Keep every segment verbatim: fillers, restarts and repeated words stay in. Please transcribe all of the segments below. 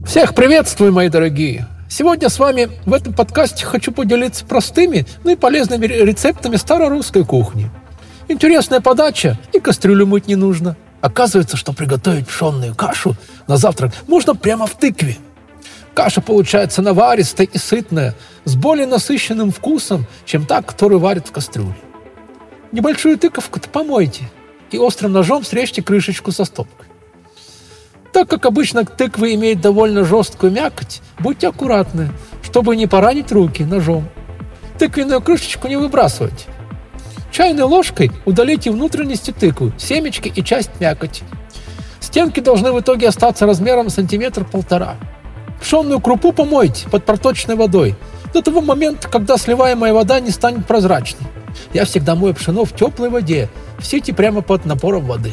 Всех приветствую, мои дорогие! Сегодня с вами в этом подкасте хочу поделиться простыми, но и полезными рецептами старорусской кухни. Интересная подача, и кастрюлю мыть не нужно. Оказывается, что приготовить пшенную кашу на завтрак можно прямо в тыкве. Каша получается наваристая и сытная, с более насыщенным вкусом, чем та, которую варят в кастрюле. Небольшую тыковку-то помойте и острым ножом срежьте крышечку со стопкой. Так как обычно тыква имеет довольно жесткую мякоть, будьте аккуратны, чтобы не поранить руки ножом. Тыквенную крышечку не выбрасывайте. Чайной ложкой удалите внутренности тыквы, семечки и часть мякоти. Стенки должны в итоге остаться размером сантиметр-полтора. Пшенную крупу помойте под проточной водой до того момента, когда сливаемая вода не станет прозрачной. Я всегда мою пшено в теплой воде, в сети прямо под напором воды.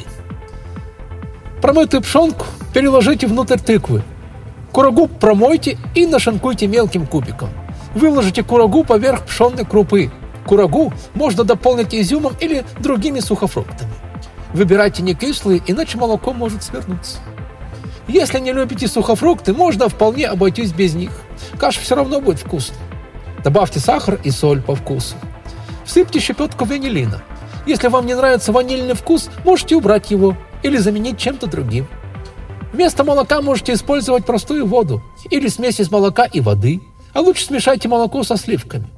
Промытую пшенку переложите внутрь тыквы. Курагу промойте и нашинкуйте мелким кубиком. Выложите курагу поверх пшенной крупы. Курагу можно дополнить изюмом или другими сухофруктами. Выбирайте не кислые, иначе молоко может свернуться. Если не любите сухофрукты, можно вполне обойтись без них. Каша все равно будет вкусной. Добавьте сахар и соль по вкусу. Всыпьте щепотку ванилина. Если вам не нравится ванильный вкус, можете убрать его или заменить чем-то другим. Вместо молока можете использовать простую воду или смесь из молока и воды, а лучше смешайте молоко со сливками.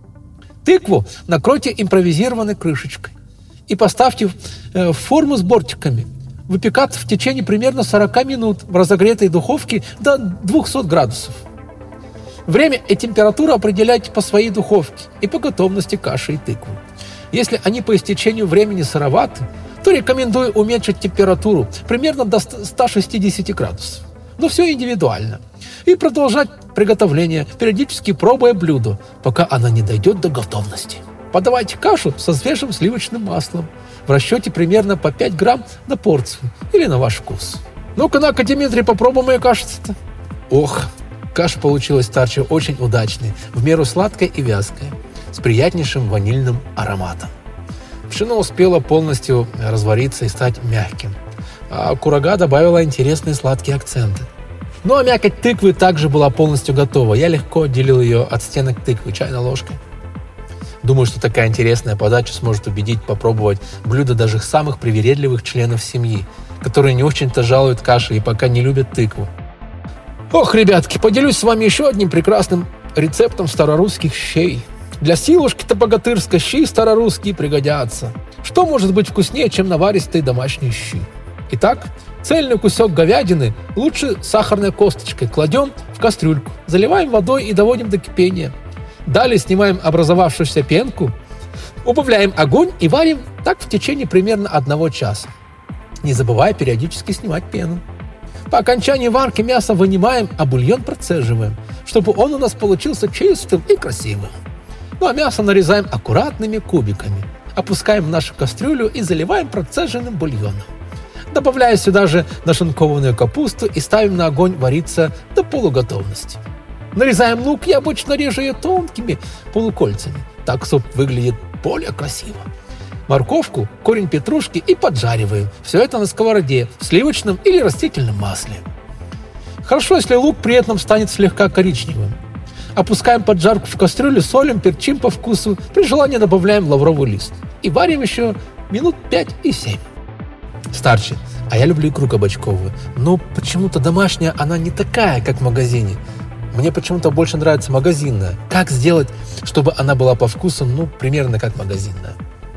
Тыкву накройте импровизированной крышечкой и поставьте в форму с бортиками. Выпекаться в течение примерно сорок минут в разогретой духовке до двухсот градусов. Время и температуру определяйте по своей духовке и по готовности каши и тыквы. Если они по истечению времени сыроваты, то рекомендую уменьшить температуру примерно до ста шестидесяти градусов. Но все индивидуально. И продолжать приготовление, периодически пробуя блюдо, пока она не дойдет до готовности. Подавайте кашу со свежим сливочным маслом в расчете примерно по пять грамм на порцию или на ваш вкус. Ну-ка, на-ка, Дмитрий, попробуй мою кашицу-то. Ох, каша получилась, старче, очень удачной, в меру сладкая и вязкая, с приятнейшим ванильным ароматом. Пшено успело полностью развариться и стать мягким, а курага добавила интересные сладкие акценты. Ну а мякоть тыквы также была полностью готова. Я легко отделил ее от стенок тыквы чайной ложкой. Думаю, что такая интересная подача сможет убедить попробовать блюдо даже самых привередливых членов семьи, которые не очень-то жалуют каши и пока не любят тыкву. Ох, ребятки, поделюсь с вами еще одним прекрасным рецептом старорусских щей. Для силушки-то богатырской щи старорусские пригодятся. Что может быть вкуснее, чем наваристые домашние щи? Итак, цельный кусок говядины, лучше сахарной косточкой, кладем в кастрюльку, заливаем водой и доводим до кипения. Далее снимаем образовавшуюся пенку, убавляем огонь и варим так в течение примерно одного часа, не забывая периодически снимать пену. По окончании варки мясо вынимаем, а бульон процеживаем, чтобы он у нас получился чистым и красивым. Ну а мясо нарезаем аккуратными кубиками, опускаем в нашу кастрюлю и заливаем процеженным бульоном. Добавляя сюда же нашинкованную капусту и ставим на огонь вариться до полуготовности. Нарезаем лук, я обычно режу ее тонкими полукольцами. Так суп выглядит более красиво. Морковку, корень петрушки и поджариваем. Все это на сковороде в сливочном или растительном масле. Хорошо, если лук при этом станет слегка коричневым. Опускаем поджарку в кастрюлю, солим, перчим по вкусу. При желании добавляем лавровый лист. И варим еще минут пять и семь. Старче, а я люблю икру кабачковую. Но почему-то домашняя она не такая, как в магазине. Мне почему-то больше нравится магазинная. Как сделать, чтобы она была по вкусу, ну, примерно как магазинная?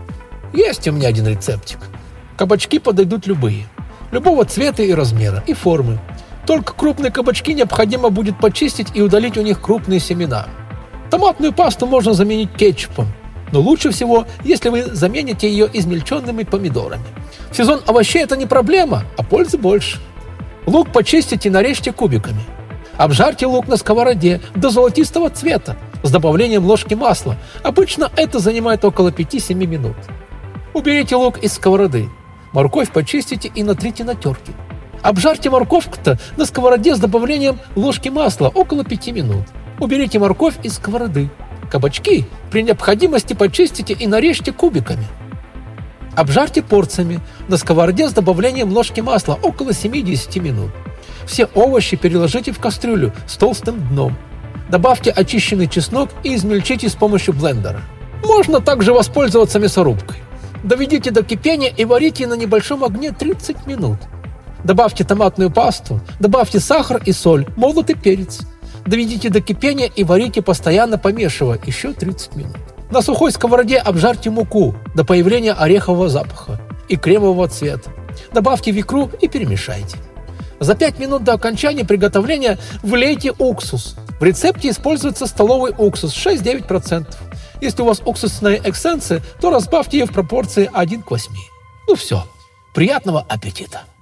Есть у меня один рецептик. Кабачки подойдут любые. Любого цвета и размера, и формы. Только крупные кабачки необходимо будет почистить и удалить у них крупные семена. Томатную пасту можно заменить кетчупом. Но лучше всего, если вы замените ее измельченными помидорами. В сезон овощей это не проблема, а пользы больше. Лук почистите и нарежьте кубиками. Обжарьте лук на сковороде до золотистого цвета с добавлением ложки масла. Обычно это занимает около пяти-семи минут. Уберите лук из сковороды. Морковь почистите и натрите на терке. Обжарьте морковку-то на сковороде с добавлением ложки масла около пяти минут. Уберите морковь из сковороды. Кабачки при необходимости почистите и нарежьте кубиками. Обжарьте порциями на сковороде с добавлением ложки масла около семидесяти минут. Все овощи переложите в кастрюлю с толстым дном. Добавьте очищенный чеснок и измельчите с помощью блендера. Можно также воспользоваться мясорубкой. Доведите до кипения и варите на небольшом огне тридцать минут. Добавьте томатную пасту, добавьте сахар и соль, молотый перец. Доведите до кипения и варите, постоянно помешивая, еще тридцать минут. На сухой сковороде обжарьте муку до появления орехового запаха и кремового цвета. Добавьте в икру и перемешайте. За пять минут до окончания приготовления влейте уксус. В рецепте используется столовый уксус шесть-девять процентов. Если у вас уксусная эссенция, то разбавьте ее в пропорции один к восьми. Ну все. Приятного аппетита!